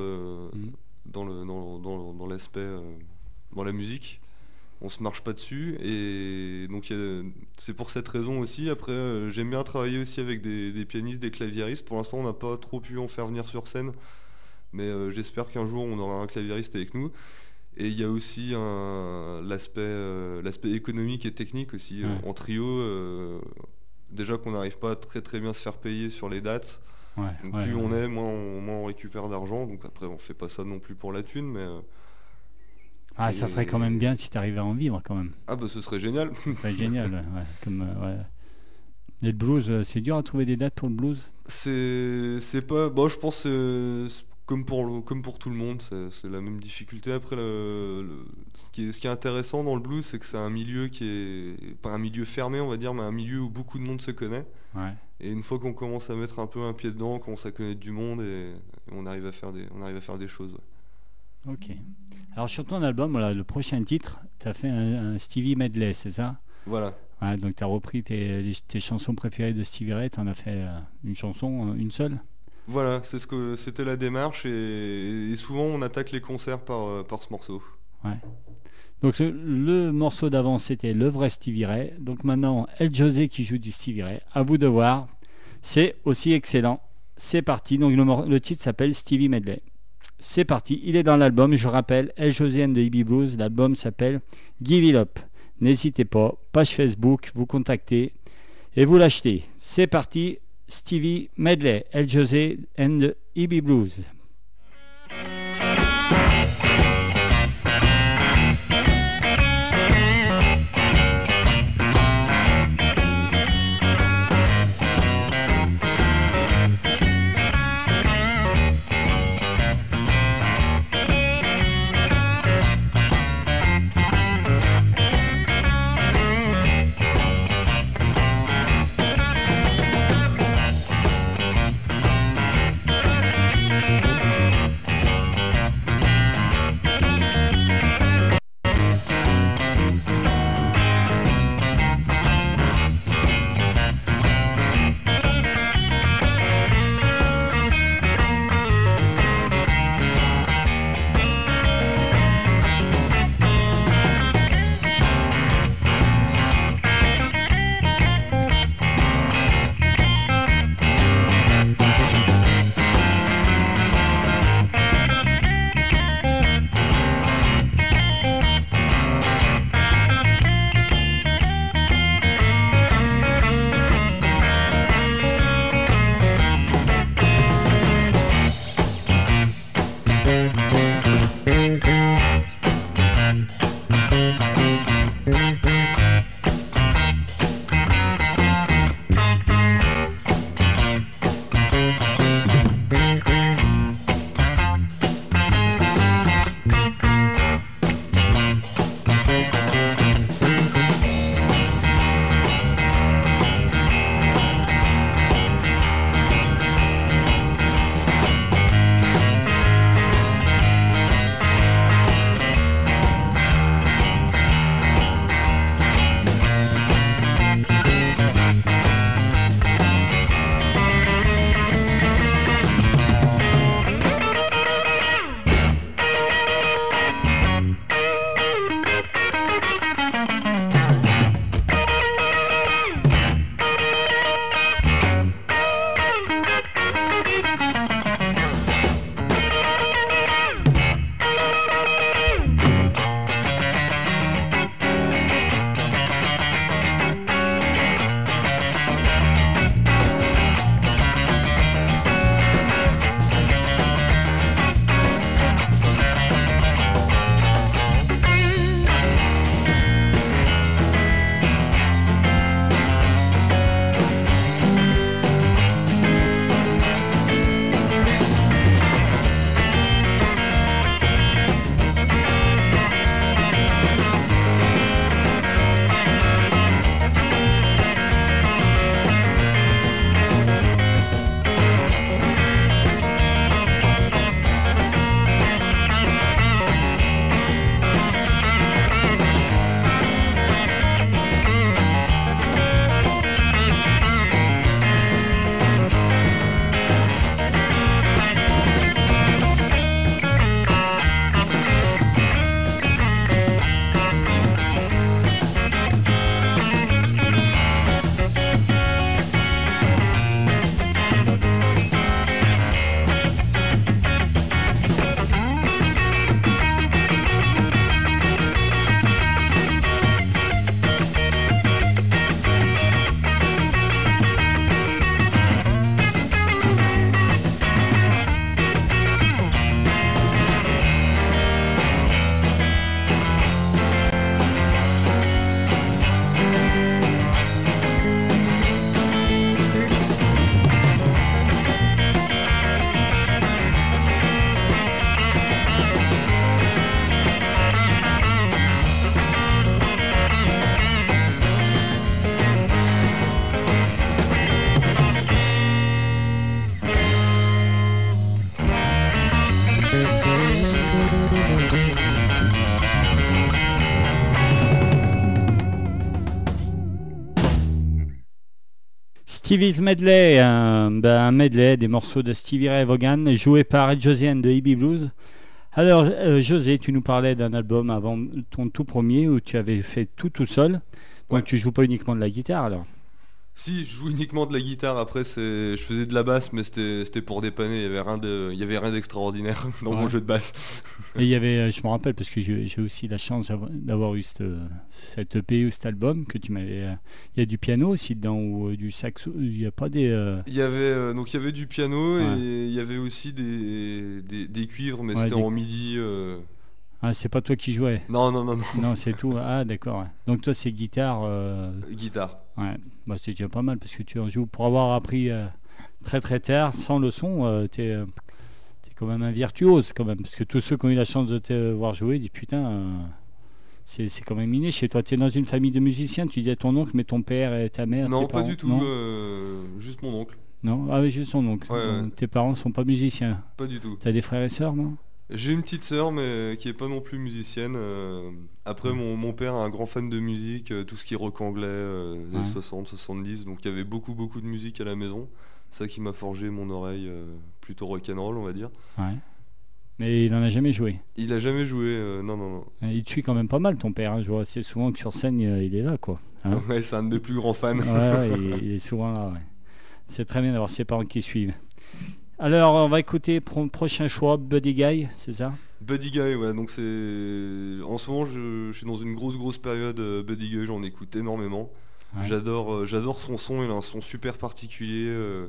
l'aspect dans la musique. On se marche pas dessus et donc c'est pour cette raison aussi. Après j'aime bien travailler aussi avec des pianistes, des claviéristes. Pour l'instant on n'a pas trop pu en faire venir sur scène, mais j'espère qu'un jour on aura un claviériste avec nous. Et il y a aussi l'aspect économique et technique aussi. En trio, déjà qu'on n'arrive pas à très très bien se faire payer sur les dates. Donc plus on est, moins on récupère d'argent. Donc après on fait pas ça non plus pour la thune, mais... ça serait quand même bien si tu arrivais à en vivre quand même. Ah bah ce serait génial. Ce serait génial, ouais. Et le blues, c'est dur à trouver des dates pour le blues? C'est pas... Bon, je pense comme pour tout le monde, c'est la même difficulté. Après, ce qui est intéressant dans le blues, c'est que c'est un milieu qui est pas un milieu fermé, on va dire, mais un milieu où beaucoup de monde se connaît. Ouais. Et une fois qu'on commence à mettre un peu un pied dedans, on commence à connaître du monde et on arrive à faire des choses. Ouais. Ok. Alors sur ton album, voilà, le prochain titre, tu as fait un Stevie Medley, c'est ça? Voilà. Ouais, donc tu as repris tes chansons préférées de Stevie Ray, tu en as fait une chanson, une seule? Voilà, c'était la démarche et souvent on attaque les concerts par ce morceau. Ouais. Donc le morceau d'avant c'était le vrai Stevie Ray. Donc maintenant El José qui joue du Stevie Ray. À vous de voir. C'est aussi excellent. C'est parti. Donc le titre s'appelle Stevie Medley. C'est parti. Il est dans l'album. Je rappelle El José and the Hippie Blues. L'album s'appelle Give It Up. N'hésitez pas. Page Facebook. Vous contactez et vous l'achetez. C'est parti. Stevie Medley, El José and the Hippie Blues. Stevie's Medley, un medley des morceaux de Stevie Ray Vaughan, joué par Ed Josiane de EB Blues. Alors, José, tu nous parlais d'un album avant ton tout premier où tu avais fait tout seul. Donc, Ouais. tu joues pas uniquement de la guitare alors. Si, je joue uniquement de la guitare, après je faisais de la basse, mais c'était pour dépanner, il y avait rien d'extraordinaire dans mon Ouais. jeu de basse. Et il y avait, je me rappelle parce que j'ai aussi la chance d'avoir eu cette EP ou cet album que tu m'avais. Il y a du piano aussi dedans ou du saxo. Il n'y a pas des. Il y avait du piano Ouais. et il y avait aussi des cuivres, mais Ouais, c'était des- en midi. Ah, c'est pas toi qui jouais. Non, non, non, non. Non, c'est tout. Ah, d'accord. Ouais. Donc toi, c'est guitare. Guitare. Ouais. Bah, c'est déjà pas mal parce que tu en joues pour avoir appris très très tard sans le son. T'es quand même un virtuose quand même parce que tous ceux qui ont eu la chance de te voir jouer disent putain. C'est quand même inné chez toi. Tu es dans une famille de musiciens, tu disais ton oncle, mais ton père et ta mère. Non, tes pas parents, du tout. Non, Juste mon oncle. non. Ah oui, juste ton oncle. Ouais, ouais. Tes parents sont pas musiciens. Pas du tout. T'as des frères et sœurs, non? J'ai une petite sœur, mais qui est pas non plus musicienne. Après, mon père est un grand fan de musique, tout ce qui est rock anglais, des Ouais. années 60, 70. Donc il y avait beaucoup de musique à la maison. Ça qui m'a forgé mon oreille plutôt rock'n'roll, on va dire. Ouais. Mais il en a jamais joué. Il a jamais joué, non, non, non. Il te suit quand même pas mal ton père. Hein. Je vois assez souvent que sur scène, il est là, quoi. Hein. Ouais, c'est un de mes plus grands fans. Ouais, ouais, il est souvent là. Ouais. C'est très bien d'avoir ses parents qui suivent. Alors, on va écouter prochain choix, Buddy Guy, c'est ça? Buddy Guy, ouais, donc c'est. En ce moment, je suis dans une grosse période Buddy Guy, j'en écoute énormément. Ouais. J'adore son son, il a un son super particulier.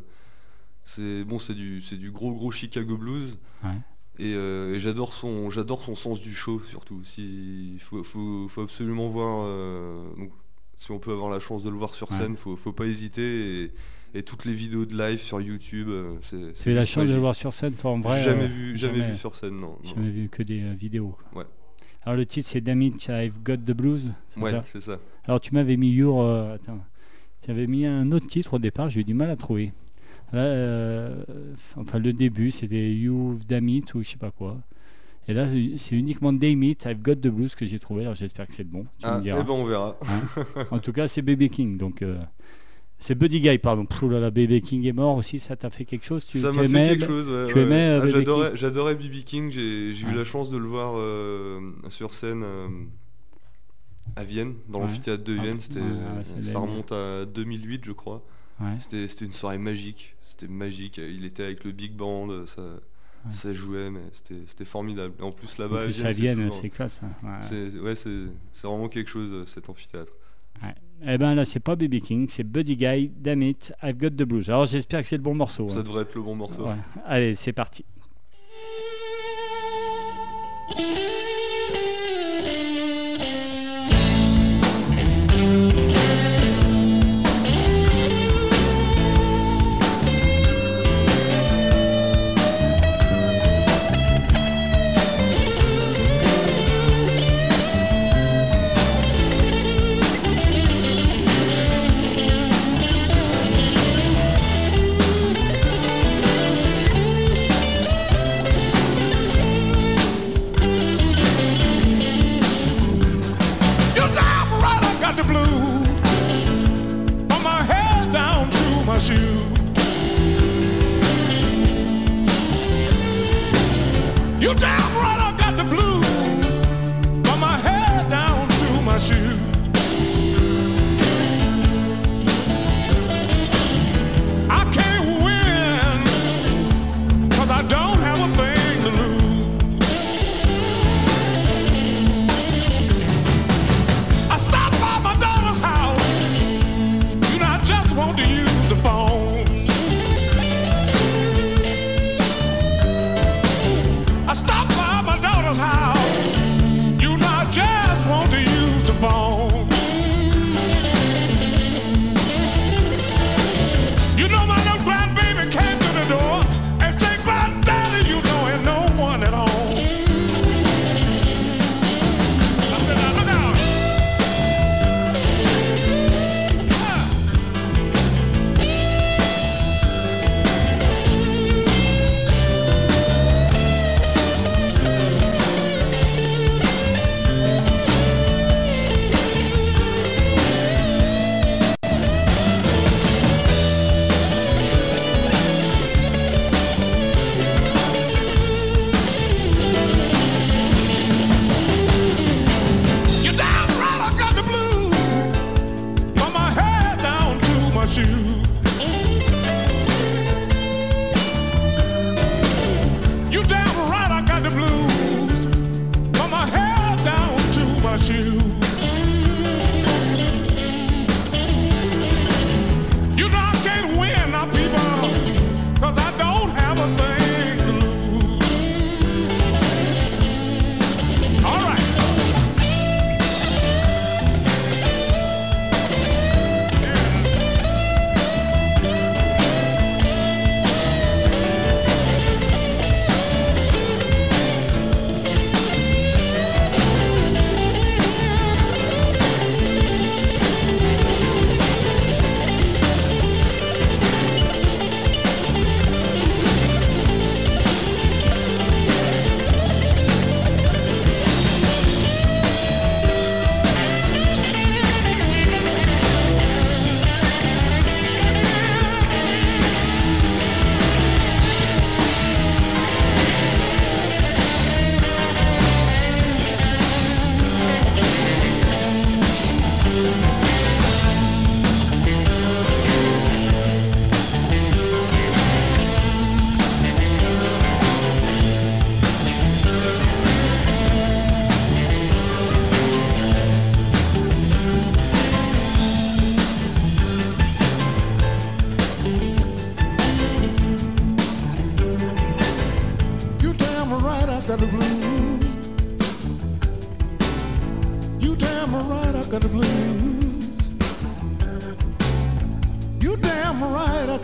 C'est du gros Chicago blues. Ouais. Et j'adore son sens du show surtout. Faut absolument voir. Donc, si on peut avoir la chance de le voir sur Ouais. scène, faut pas hésiter. Et toutes les vidéos de live sur YouTube, Tu as eu la juste chance de le magique. voir sur scène, toi, en vrai? Jamais vu jamais sur scène, non. non. Jamais vu que des vidéos. Ouais. Alors, le titre, c'est Damn It, I've Got the Blues, c'est Ouais, ça? c'est ça. Alors, tu m'avais mis Your. Attends. Tu avais mis un autre titre au départ, j'ai eu du mal à trouver. Là, enfin, le début, c'était You Damn It ou je sais pas quoi. Et là, c'est uniquement Damn It, I've Got the Blues que j'ai trouvé. Alors, j'espère que c'est le bon. Tu Ah, me eh diras. ben on verra. En tout cas, c'est B.B. King. Donc, c'est Buddy Guy, pardon. Pfff, là, là, B.B. King est mort aussi. Ça t'a fait quelque chose? Ça tu m'a aimais, fait quelque chose. Ouais, tu ouais, aimais, ouais. Ah, B.B. King? j'adorais B.B. King. J'ai eu Ouais. la chance de le voir sur scène à Vienne, dans Ouais. l'amphithéâtre de Ah, Vienne. ouais, ça Ça l'aime. remonte à 2008, je crois. Ouais. C'était une soirée magique. C'était magique. Il était avec le big band. Ça jouait, mais c'était formidable. Et en plus En là-bas, à plus, à Vienne, Vienne, toujours- c'est classe. Hein. Ouais. c'est vraiment quelque chose cet amphithéâtre. Ouais. Eh ben là, c'est pas B.B. King, c'est Buddy Guy, Damn It, I've Got the Blues. Alors, j'espère que c'est le bon morceau. Ça Hein. devrait être le bon morceau. Ouais. Allez, c'est parti. Thank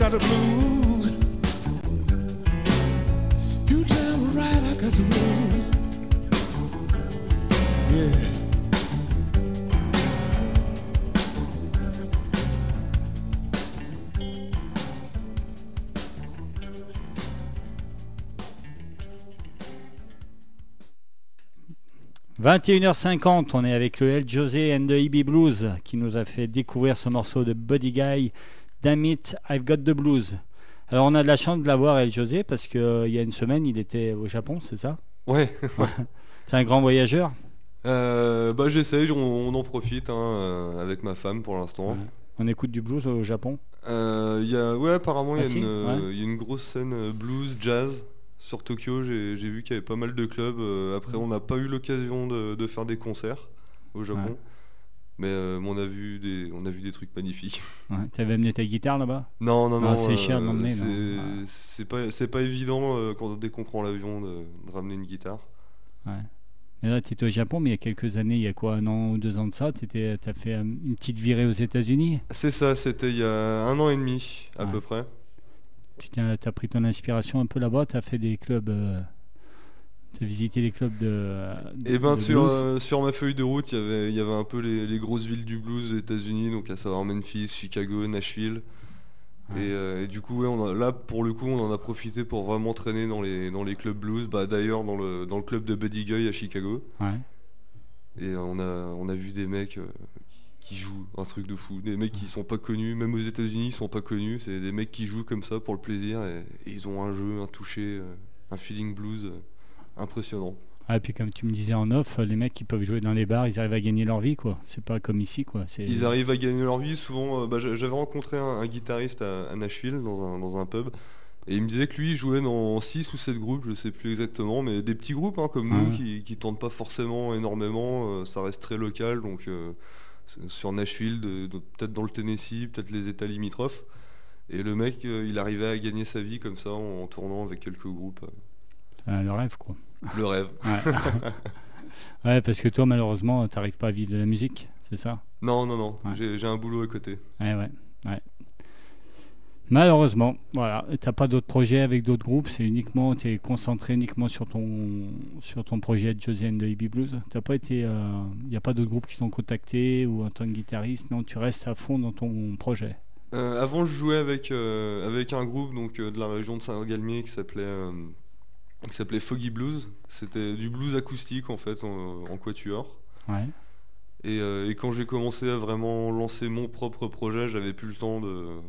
got the blues. You tell me right, I got the blues. Yeah. « 21h50, on est avec le El José and the EB Blues qui nous a fait découvrir ce morceau de Buddy Guy, Damn It, I've Got the Blues. Alors on a de la chance de l'avoir El José parce qu'il y a une semaine il était au Japon, c'est ça? Ouais. C'est un grand voyageur? Bah j'essaye, on en profite avec ma femme pour l'instant. Ouais. On écoute du blues au Japon? Apparemment il y a si, il y a une grosse scène blues, jazz. Sur Tokyo, j'ai vu qu'il y avait pas mal de clubs. Après, on n'a pas eu l'occasion de faire des concerts au Japon. Ouais. Mais on a vu des trucs magnifiques. Ouais. T'avais amené ta guitare là-bas? Non. C'est cher de m'emmener, c'est pas évident dès qu'on prend l'avion de ramener une guitare. Ouais. Et là, tu étais au Japon, mais il y a quelques années, il y a quoi, 1 an ou 2 ans de ça, t'as fait une petite virée aux États-Unis? C'est ça, c'était il y a 1 an et demi à peu près. Tu as pris ton inspiration un peu là-bas, tu as fait des clubs, tu as visité des clubs de blues. Sur ma feuille de route, il y avait un peu les grosses villes du blues aux États-Unis, donc à savoir Memphis, Chicago, Nashville. Ouais. Et du coup, là pour le coup, on en a profité pour vraiment traîner dans les clubs blues. Bah, d'ailleurs, dans le club de Buddy Guy à Chicago. Ouais. Et on a vu des mecs qui jouent un truc de fou, des mecs qui sont pas connus, même aux États-Unis ils sont pas connus, c'est des mecs qui jouent comme ça pour le plaisir et ils ont un jeu, un toucher, un feeling blues impressionnant. Ah, et puis comme tu me disais en off, les mecs qui peuvent jouer dans les bars, ils arrivent à gagner leur vie quoi. C'est pas comme ici quoi. Ils arrivent à gagner leur vie souvent. J'avais rencontré un guitariste à Nashville dans un pub. Et il me disait que lui il jouait dans 6 ou 7 groupes, je sais plus exactement, mais des petits groupes comme nous qui tournent pas forcément énormément, ça reste très local donc sur Nashville, peut-être dans le Tennessee, peut-être les États limitrophes. Et le mec, il arrivait à gagner sa vie comme ça en tournant avec quelques groupes. C'est le rêve quoi. Le rêve. Ouais. Ouais, parce que toi malheureusement, t'arrives pas à vivre de la musique, c'est ça? Non. Ouais. J'ai un boulot à côté. Ouais. Malheureusement, voilà. T'as pas d'autres projets avec d'autres groupes, t'es concentré uniquement sur ton projet de José and the EB Blues. T'as pas été, y a pas d'autres groupes qui t'ont contacté ou en tant que guitariste, non, tu restes à fond dans ton projet. Avant, je jouais avec un groupe de la région de Saint-Galmier qui s'appelait Foggy Blues. C'était du blues acoustique en fait, en quatuor. Ouais. Et quand j'ai commencé à vraiment lancer mon propre projet, j'avais plus le temps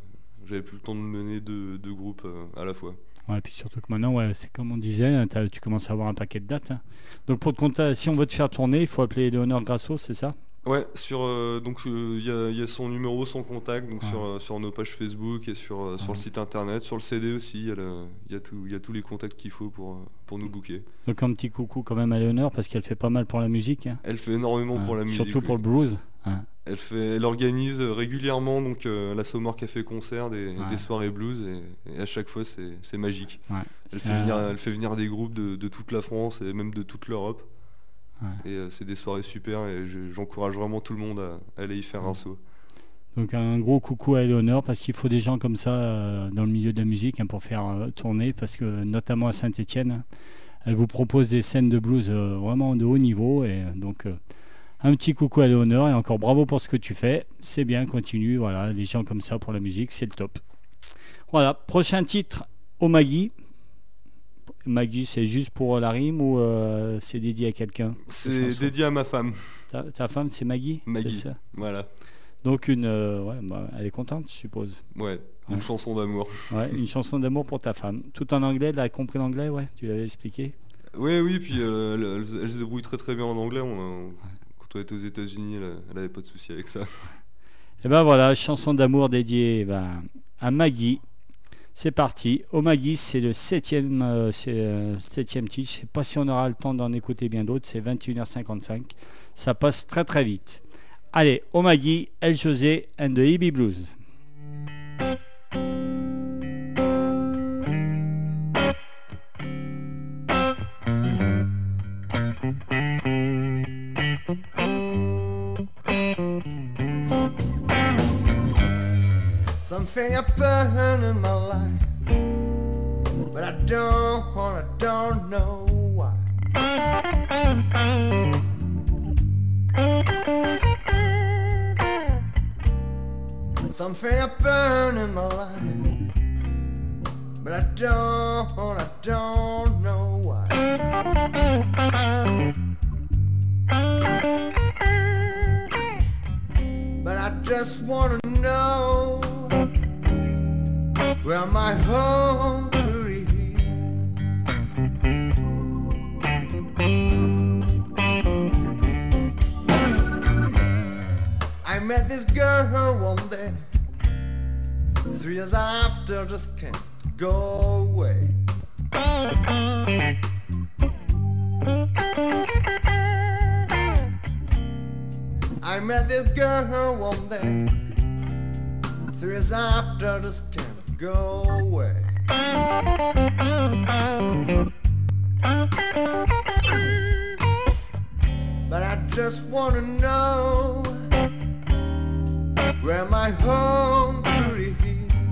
de mener deux groupes à la fois. Ouais, et puis surtout que maintenant, c'est comme on disait, tu commences à avoir un paquet de dates. Hein. Donc pour te compter, si on veut te faire tourner, il faut appeler Léonore Grasso, c'est ça? Ouais, il y a son numéro, son contact sur nos pages Facebook et sur le site internet, sur le CD aussi, il y a tous les contacts qu'il faut pour nous booker. Donc un petit coucou quand même à Léonore parce qu'elle fait pas mal pour la musique. Hein. Elle fait énormément pour la musique. Surtout pour le blues. Hein. Elle organise régulièrement la Saumur Café Concert des soirées blues et à chaque fois c'est magique. Ouais, elle fait venir des groupes de toute la France et même de toute l'Europe. Ouais. Et c'est des soirées super et j'encourage vraiment tout le monde à aller y faire un saut. Donc un gros coucou à Eleonore parce qu'il faut des gens comme ça dans le milieu de la musique pour faire tourner parce que notamment à Saint-Étienne, elle vous propose des scènes de blues vraiment de haut niveau et donc un petit coucou à Eleonore et encore bravo pour ce que tu fais, c'est bien, continue, voilà, des gens comme ça pour la musique, c'est le top. Voilà, prochain titre, Omagi. Maggie, c'est juste pour la rime ou c'est dédié à quelqu'un? C'est dédié à ma femme. Ta femme, c'est Maggie? Maggie, c'est ça. Voilà. Donc elle est contente, je suppose. Ouais, une chanson d'amour. Ouais, une chanson d'amour pour ta femme. Tout en anglais, elle a compris l'anglais, ouais, tu l'avais expliqué? Oui, puis elle se débrouille très très bien en anglais. Quand on était aux États-Unis, elle n'avait pas de souci avec ça. Et ben voilà, chanson d'amour dédiée à Maggie. C'est parti. Omagi, c'est le 7e titre. Je ne sais pas si on aura le temps d'en écouter bien d'autres. C'est 21h55. Ça passe très très vite. Allez, Omagi, El José and the EB Blues. Something I burn in my life, but I don't know why. Something I burn in my life, but I don't know why. But I just wanna know where my home truly is. I met this girl one day, 3 years after, just can't go away. I met this girl one day, 3 years after, just can't go away. But I just wanna know where my home truly is.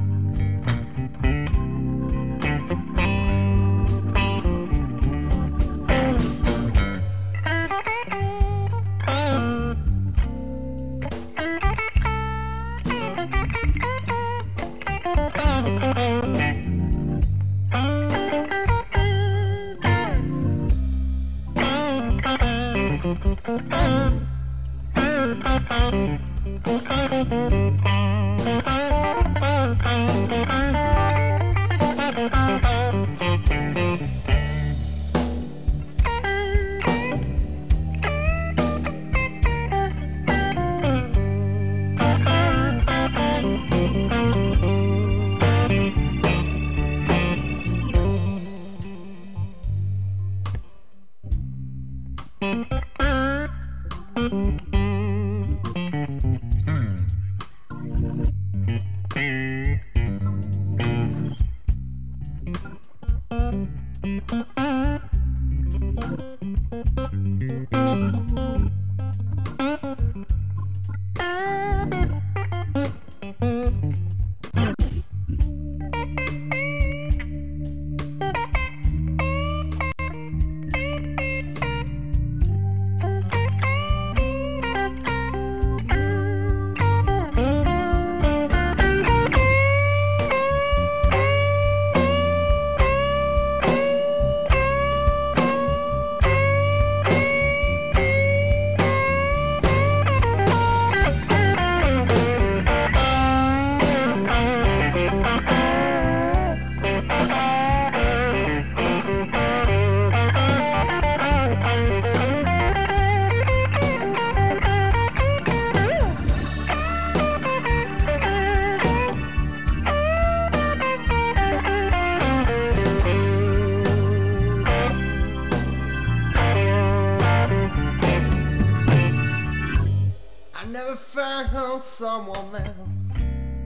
Someone else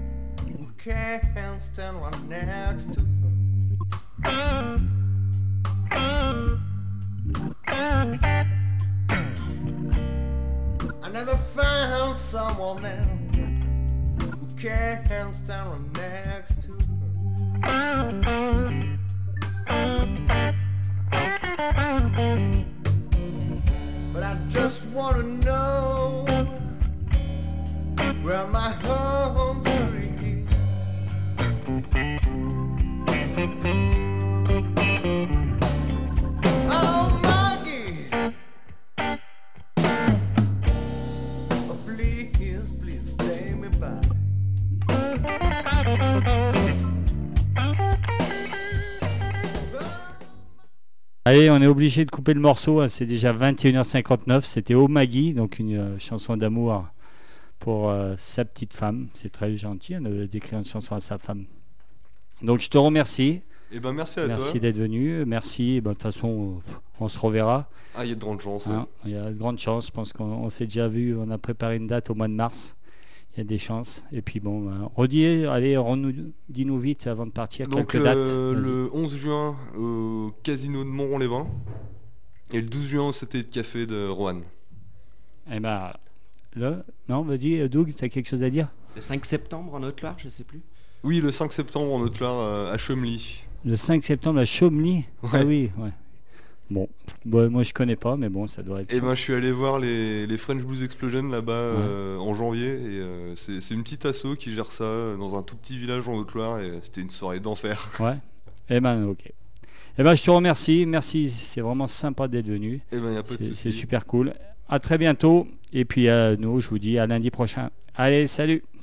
who can't stand right next to her. I never found someone else who can't stand right next to her. But I just wanna know where my home truly is. Oh, Maggie, oh, please, please stay me by. Allez, on est obligé de couper le morceau, hein, c'est déjà 21h59, c'était Oh Maggie, donc une chanson d'amour pour sa petite femme. C'est très gentil hein, d'écrire une chanson à sa femme. Donc je te remercie. Eh ben merci à toi. Merci d'être venu. Merci. De toute façon, on se reverra. Ah, il y a de grandes chances. Hein, il y a de grandes chances. Je pense qu'on s'est déjà vu. On a préparé une date au mois de mars. Il y a des chances. Et puis bon, dis-nous vite avant de partir donc, quelques dates. Le 11 juin au casino de Montron-les-Bains et le 12 juin au Cité de Café de Roanne. Eh ben, là, non, vas-y, Doug, tu as quelque chose à dire ? Le 5 septembre en Haute-Loire, je sais plus. Oui, le 5 septembre en Haute-Loire, à Chomely. Le 5 septembre à Chomely. Ah Ouais. oui, ouais. Bon, moi je connais pas, mais bon, ça doit être. Et ben, je suis allé voir les French Blues Explosion là-bas Ouais. en janvier. Et c'est une petite asso qui gère ça dans un tout petit village en Haute-Loire. Et c'était une soirée d'enfer. Ouais. Eh ben, ok. Eh ben, je te remercie. Merci, c'est vraiment sympa d'être venu. Et ben, y a pas de C'est souci. super cool. À très bientôt. Et puis, nous, je vous dis à lundi prochain. Allez, salut!